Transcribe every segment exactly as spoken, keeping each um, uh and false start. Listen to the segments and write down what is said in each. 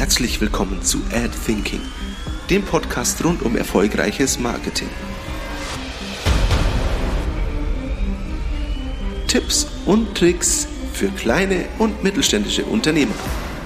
Herzlich willkommen zu Ad Thinking, dem Podcast rund um erfolgreiches Marketing. Tipps und Tricks für kleine und mittelständische Unternehmer.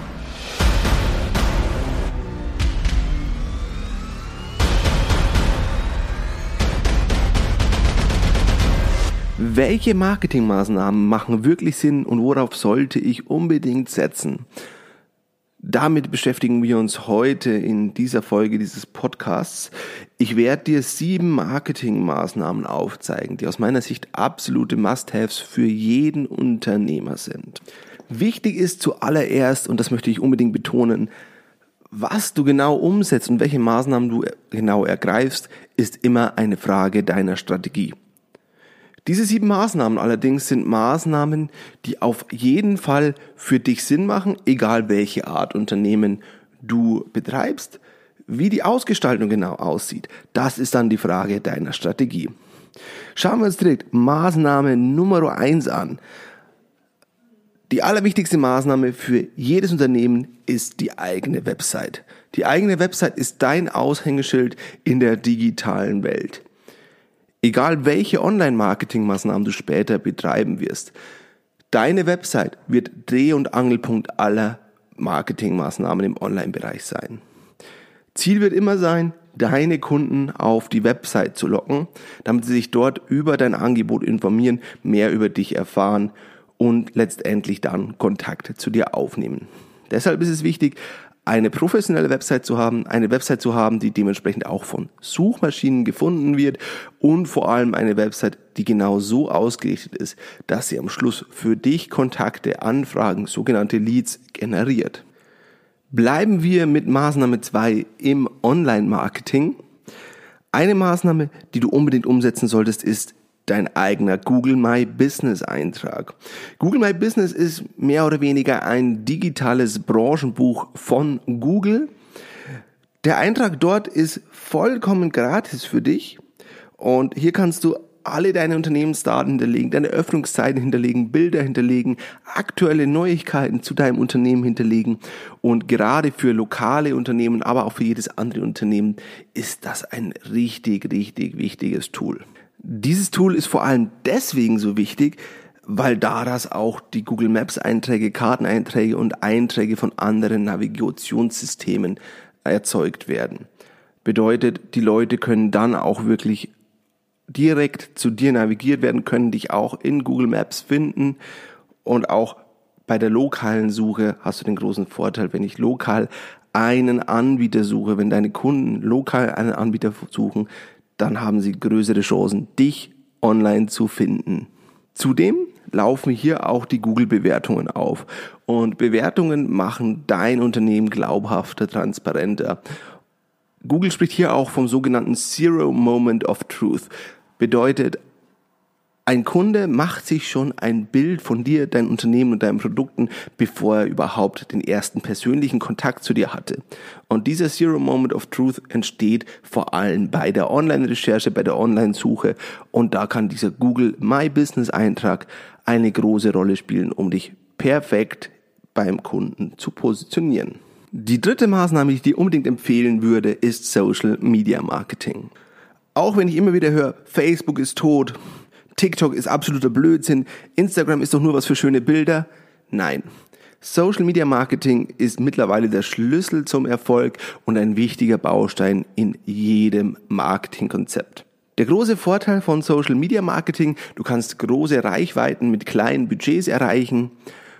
Welche Marketingmaßnahmen machen wirklich Sinn und worauf sollte ich unbedingt setzen? Damit beschäftigen wir uns heute in dieser Folge dieses Podcasts. Ich werde dir sieben Marketingmaßnahmen aufzeigen, die aus meiner Sicht absolute Must-Haves für jeden Unternehmer sind. Wichtig ist zuallererst, und das möchte ich unbedingt betonen, was du genau umsetzt und welche Maßnahmen du genau ergreifst, ist immer eine Frage deiner Strategie. Diese sieben Maßnahmen allerdings sind Maßnahmen, die auf jeden Fall für dich Sinn machen, egal welche Art Unternehmen du betreibst. Wie die Ausgestaltung genau aussieht, das ist dann die Frage deiner Strategie. Schauen wir uns direkt Maßnahme Nummer eins an. Die allerwichtigste Maßnahme für jedes Unternehmen ist die eigene Website. Die eigene Website ist dein Aushängeschild in der digitalen Welt. Egal welche Online-Marketing-Maßnahmen du später betreiben wirst, deine Website wird Dreh- und Angelpunkt aller Marketingmaßnahmen im Online-Bereich sein. Ziel wird immer sein, deine Kunden auf die Website zu locken, damit sie sich dort über dein Angebot informieren, mehr über dich erfahren und letztendlich dann Kontakt zu dir aufnehmen. Deshalb ist es wichtig, eine professionelle Website zu haben, eine Website zu haben, die dementsprechend auch von Suchmaschinen gefunden wird und vor allem eine Website, die genau so ausgerichtet ist, dass sie am Schluss für dich Kontakte, Anfragen, sogenannte Leads generiert. Bleiben wir mit Maßnahme zwei im Online-Marketing. Eine Maßnahme, die du unbedingt umsetzen solltest, ist dein eigener Google My Business Eintrag. Google My Business ist mehr oder weniger ein digitales Branchenbuch von Google. Der Eintrag dort ist vollkommen gratis für dich und hier kannst du alle deine Unternehmensdaten hinterlegen, deine Öffnungszeiten hinterlegen, Bilder hinterlegen, aktuelle Neuigkeiten zu deinem Unternehmen hinterlegen und gerade für lokale Unternehmen, aber auch für jedes andere Unternehmen ist das ein richtig, richtig wichtiges Tool. Dieses Tool ist vor allem deswegen so wichtig, weil daraus auch die Google Maps Einträge, Karteneinträge und Einträge von anderen Navigationssystemen erzeugt werden. Bedeutet, die Leute können dann auch wirklich direkt zu dir navigiert werden, können dich auch in Google Maps finden und auch bei der lokalen Suche hast du den großen Vorteil, wenn ich lokal einen Anbieter suche, wenn deine Kunden lokal einen Anbieter suchen, dann haben sie größere Chancen, dich online zu finden. Zudem laufen hier auch die Google-Bewertungen auf. Und Bewertungen machen dein Unternehmen glaubhafter, transparenter. Google spricht hier auch vom sogenannten Zero Moment of Truth. Bedeutet, ein Kunde macht sich schon ein Bild von dir, deinem Unternehmen und deinen Produkten, bevor er überhaupt den ersten persönlichen Kontakt zu dir hatte. Und dieser Zero Moment of Truth entsteht vor allem bei der Online-Recherche, bei der Online-Suche. Und da kann dieser Google My Business Eintrag eine große Rolle spielen, um dich perfekt beim Kunden zu positionieren. Die dritte Maßnahme, die ich dir unbedingt empfehlen würde, ist Social Media Marketing. Auch wenn ich immer wieder höre, Facebook ist tot, TikTok ist absoluter Blödsinn, Instagram ist doch nur was für schöne Bilder. Nein, Social Media Marketing ist mittlerweile der Schlüssel zum Erfolg und ein wichtiger Baustein in jedem Marketingkonzept. Der große Vorteil von Social Media Marketing, du kannst große Reichweiten mit kleinen Budgets erreichen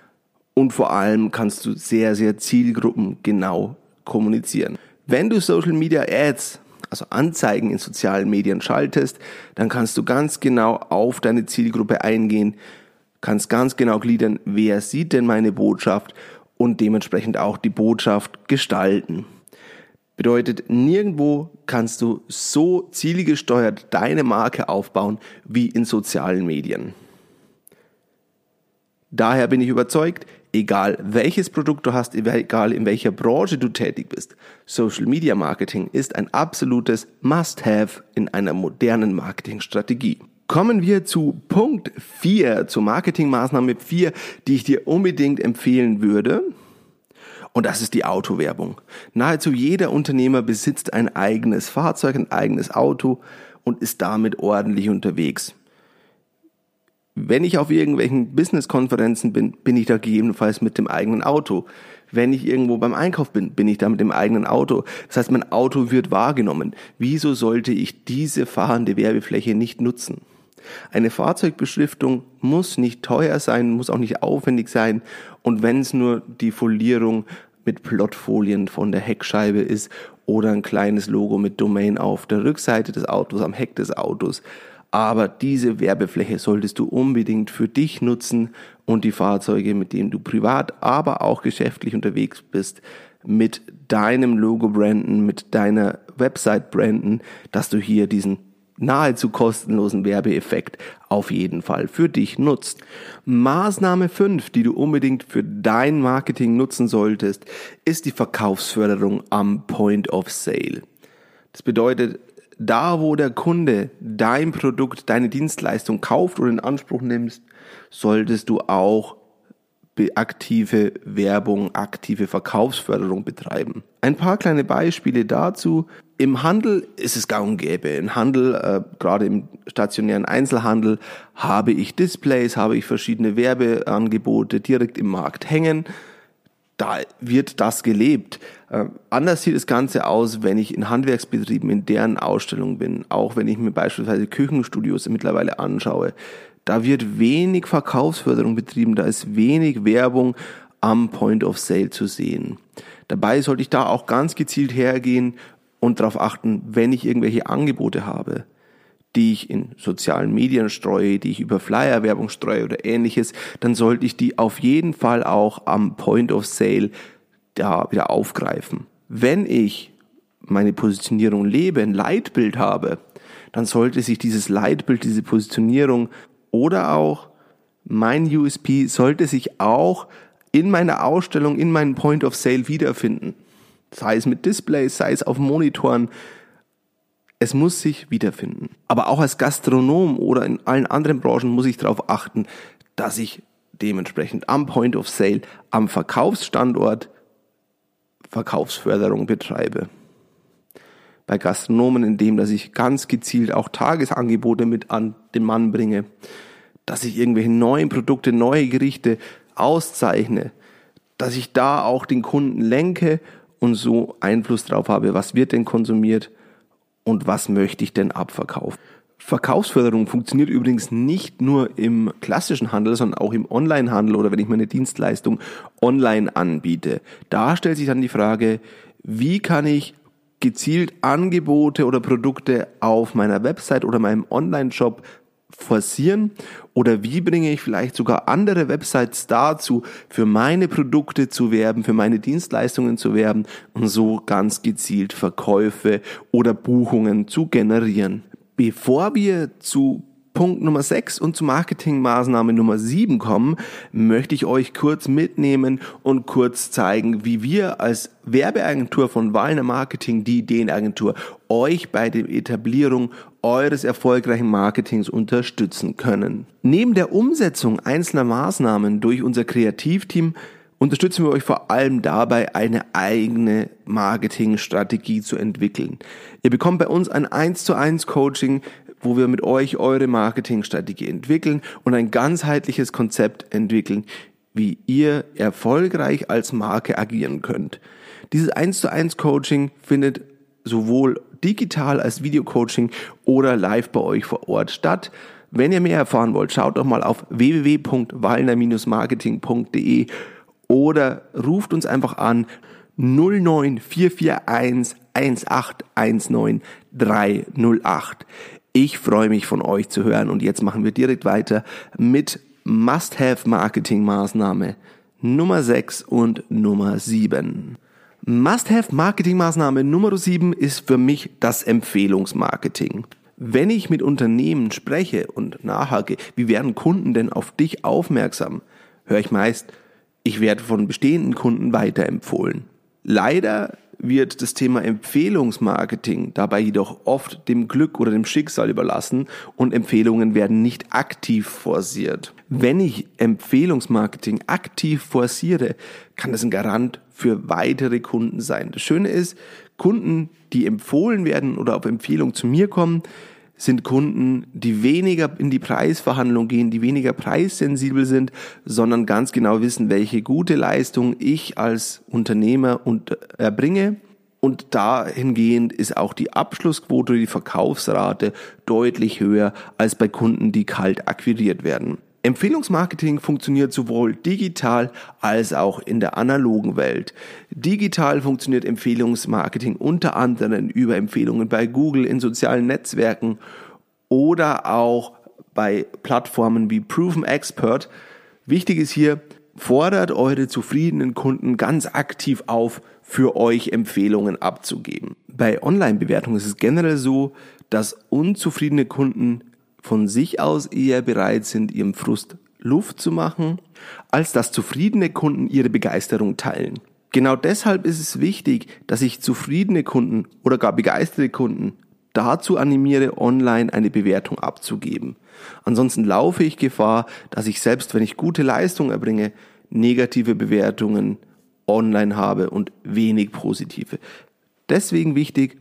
und vor allem kannst du sehr, sehr zielgruppengenau kommunizieren. Wenn du Social Media Ads, also Anzeigen in sozialen Medien schaltest, dann kannst du ganz genau auf deine Zielgruppe eingehen, kannst ganz genau gliedern, wer sieht denn meine Botschaft und dementsprechend auch die Botschaft gestalten. Bedeutet, nirgendwo kannst du so zielgesteuert deine Marke aufbauen wie in sozialen Medien. Daher bin ich überzeugt, egal welches Produkt du hast, egal in welcher Branche du tätig bist, Social Media Marketing ist ein absolutes Must-Have in einer modernen Marketingstrategie. Kommen wir zu Punkt vier, zur Marketingmaßnahme vier, die ich dir unbedingt empfehlen würde. Und das ist die Autowerbung. Nahezu jeder Unternehmer besitzt ein eigenes Fahrzeug, ein eigenes Auto und ist damit ordentlich unterwegs. Wenn ich auf irgendwelchen Business-Konferenzen bin, bin ich da gegebenenfalls mit dem eigenen Auto. Wenn ich irgendwo beim Einkauf bin, bin ich da mit dem eigenen Auto. Das heißt, mein Auto wird wahrgenommen. Wieso sollte ich diese fahrende Werbefläche nicht nutzen? Eine Fahrzeugbeschriftung muss nicht teuer sein, muss auch nicht aufwendig sein. Und wenn es nur die Folierung mit Plotfolien von der Heckscheibe ist oder ein kleines Logo mit Domain auf der Rückseite des Autos, am Heck des Autos. Aber diese Werbefläche solltest du unbedingt für dich nutzen und die Fahrzeuge, mit denen du privat, aber auch geschäftlich unterwegs bist, mit deinem Logo branden, mit deiner Website branden, dass du hier diesen nahezu kostenlosen Werbeeffekt auf jeden Fall für dich nutzt. Maßnahme fünf, die du unbedingt für dein Marketing nutzen solltest, ist die Verkaufsförderung am Point of Sale. Das bedeutet, da wo der Kunde dein Produkt, deine Dienstleistung kauft oder in Anspruch nimmst, solltest du auch aktive Werbung, aktive Verkaufsförderung betreiben. Ein paar kleine Beispiele dazu. Im Handel ist es gang und gäbe. Im Handel, äh, gerade im stationären Einzelhandel, habe ich Displays, habe ich verschiedene Werbeangebote direkt im Markt hängen. Da wird das gelebt. Äh, anders sieht das Ganze aus, wenn ich in Handwerksbetrieben, in deren Ausstellung bin. Auch wenn ich mir beispielsweise Küchenstudios mittlerweile anschaue. Da wird wenig Verkaufsförderung betrieben, da ist wenig Werbung am Point of Sale zu sehen. Dabei sollte ich da auch ganz gezielt hergehen und darauf achten, wenn ich irgendwelche Angebote habe, die ich in sozialen Medien streue, die ich über Flyer-Werbung streue oder ähnliches, dann sollte ich die auf jeden Fall auch am Point of Sale da wieder aufgreifen. Wenn ich meine Positionierung lebe, ein Leitbild habe, dann sollte sich dieses Leitbild, diese Positionierung oder auch mein U S P sollte sich auch in meiner Ausstellung, in meinem Point of Sale wiederfinden. Sei es mit Displays, sei es auf Monitoren. Es muss sich wiederfinden. Aber auch als Gastronom oder in allen anderen Branchen muss ich darauf achten, dass ich dementsprechend am Point of Sale, am Verkaufsstandort Verkaufsförderung betreibe. Bei Gastronomen, indem dass ich ganz gezielt auch Tagesangebote mit an den Mann bringe, dass ich irgendwelche neuen Produkte, neue Gerichte auszeichne, dass ich da auch den Kunden lenke und so Einfluss drauf habe, was wird denn konsumiert und was möchte ich denn abverkaufen. Verkaufsförderung funktioniert übrigens nicht nur im klassischen Handel, sondern auch im Onlinehandel oder wenn ich meine Dienstleistung online anbiete. Da stellt sich dann die Frage, wie kann ich gezielt Angebote oder Produkte auf meiner Website oder meinem Online-Shop forcieren oder wie bringe ich vielleicht sogar andere Websites dazu, für meine Produkte zu werben, für meine Dienstleistungen zu werben und so ganz gezielt Verkäufe oder Buchungen zu generieren. Bevor wir zu Punkt Nummer sechs und zu Marketingmaßnahme Nummer sieben kommen, möchte ich euch kurz mitnehmen und kurz zeigen, wie wir als Werbeagentur von Wallner Marketing, die Ideenagentur, euch bei der Etablierung eures erfolgreichen Marketings unterstützen können. Neben der Umsetzung einzelner Maßnahmen durch unser Kreativteam unterstützen wir euch vor allem dabei, eine eigene Marketingstrategie zu entwickeln. Ihr bekommt bei uns ein eins zu eins Coaching, wo wir mit euch eure Marketingstrategie entwickeln und ein ganzheitliches Konzept entwickeln, wie ihr erfolgreich als Marke agieren könnt. Dieses eins zu eins Coaching findet sowohl digital als Videocoaching oder live bei euch vor Ort statt. Wenn ihr mehr erfahren wollt, schaut doch mal auf w w w punkt wallner Bindestrich marketing punkt d e oder ruft uns einfach an null neun vier vier eins eins acht eins neun drei null acht. Ich freue mich von euch zu hören und jetzt machen wir direkt weiter mit Must-Have-Marketing-Maßnahme Nummer sechs und Nummer sieben. Must-Have-Marketing-Maßnahme Nummer sieben ist für mich das Empfehlungsmarketing. Wenn ich mit Unternehmen spreche und nachhake, wie werden Kunden denn auf dich aufmerksam, höre ich meist, ich werde von bestehenden Kunden weiterempfohlen. Leider wird das Thema Empfehlungsmarketing dabei jedoch oft dem Glück oder dem Schicksal überlassen und Empfehlungen werden nicht aktiv forciert. Wenn ich Empfehlungsmarketing aktiv forciere, kann das ein Garant für weitere Kunden sein. Das Schöne ist, Kunden, die empfohlen werden oder auf Empfehlung zu mir kommen, sind Kunden, die weniger in die Preisverhandlung gehen, die weniger preissensibel sind, sondern ganz genau wissen, welche gute Leistung ich als Unternehmer erbringe. Und dahingehend ist auch die Abschlussquote, die Verkaufsrate deutlich höher als bei Kunden, die kalt akquiriert werden. Empfehlungsmarketing funktioniert sowohl digital als auch in der analogen Welt. Digital funktioniert Empfehlungsmarketing unter anderem über Empfehlungen bei Google in sozialen Netzwerken oder auch bei Plattformen wie Proven Expert. Wichtig ist hier, fordert eure zufriedenen Kunden ganz aktiv auf, für euch Empfehlungen abzugeben. Bei Online-Bewertungen ist es generell so, dass unzufriedene Kunden von sich aus eher bereit sind, ihrem Frust Luft zu machen, als dass zufriedene Kunden ihre Begeisterung teilen. Genau deshalb ist es wichtig, dass ich zufriedene Kunden oder gar begeisterte Kunden dazu animiere, online eine Bewertung abzugeben. Ansonsten laufe ich Gefahr, dass ich selbst, wenn ich gute Leistung erbringe, negative Bewertungen online habe und wenig positive. Deswegen wichtig,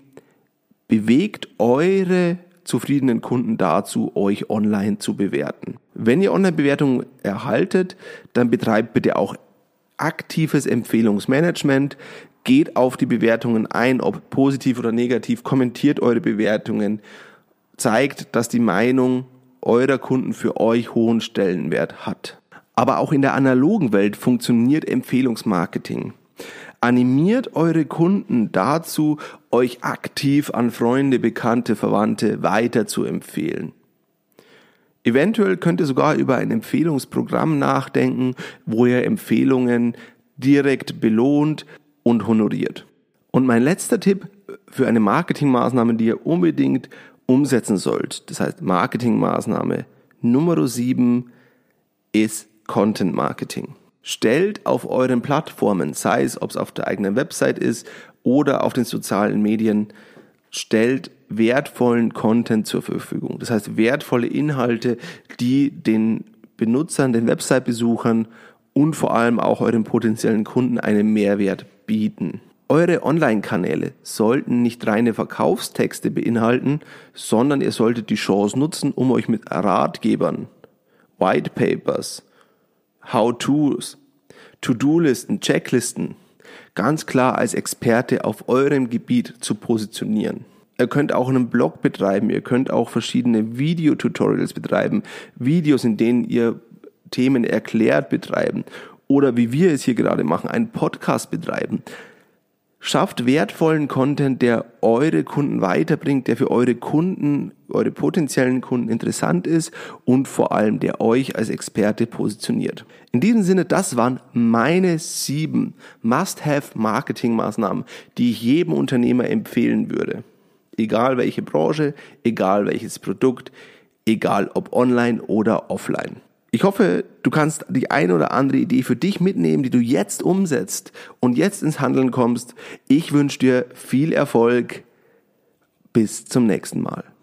bewegt eure zufriedenen Kunden dazu, euch online zu bewerten. Wenn ihr Online-Bewertungen erhaltet, dann betreibt bitte auch aktives Empfehlungsmanagement, geht auf die Bewertungen ein, ob positiv oder negativ, kommentiert eure Bewertungen, zeigt, dass die Meinung eurer Kunden für euch hohen Stellenwert hat. Aber auch in der analogen Welt funktioniert Empfehlungsmarketing. Animiert eure Kunden dazu, euch aktiv an Freunde, Bekannte, Verwandte weiter zu empfehlen. Eventuell könnt ihr sogar über ein Empfehlungsprogramm nachdenken, wo ihr Empfehlungen direkt belohnt und honoriert. Und mein letzter Tipp für eine Marketingmaßnahme, die ihr unbedingt umsetzen sollt, das heißt Marketingmaßnahme Nummer sieben ist Content Marketing. Stellt auf euren Plattformen, sei es, ob es auf der eigenen Website ist oder auf den sozialen Medien, stellt wertvollen Content zur Verfügung. Das heißt, wertvolle Inhalte, die den Benutzern, den Website-Besuchern und vor allem auch euren potenziellen Kunden einen Mehrwert bieten. Eure Online-Kanäle sollten nicht reine Verkaufstexte beinhalten, sondern ihr solltet die Chance nutzen, um euch mit Ratgebern, White Papers, How-Tos, To-Do-Listen, Checklisten ganz klar als Experte auf eurem Gebiet zu positionieren. Ihr könnt auch einen Blog betreiben, ihr könnt auch verschiedene Videotutorials betreiben, Videos, in denen ihr Themen erklärt betreiben oder wie wir es hier gerade machen, einen Podcast betreiben. Schafft wertvollen Content, der eure Kunden weiterbringt, der für eure Kunden, eure potenziellen Kunden interessant ist und vor allem der euch als Experte positioniert. In diesem Sinne, das waren meine sieben Must-Have-Marketing-Maßnahmen, die ich jedem Unternehmer empfehlen würde. Egal welche Branche, egal welches Produkt, egal ob online oder offline. Ich hoffe, du kannst die eine oder andere Idee für dich mitnehmen, die du jetzt umsetzt und jetzt ins Handeln kommst. Ich wünsche dir viel Erfolg. Bis zum nächsten Mal.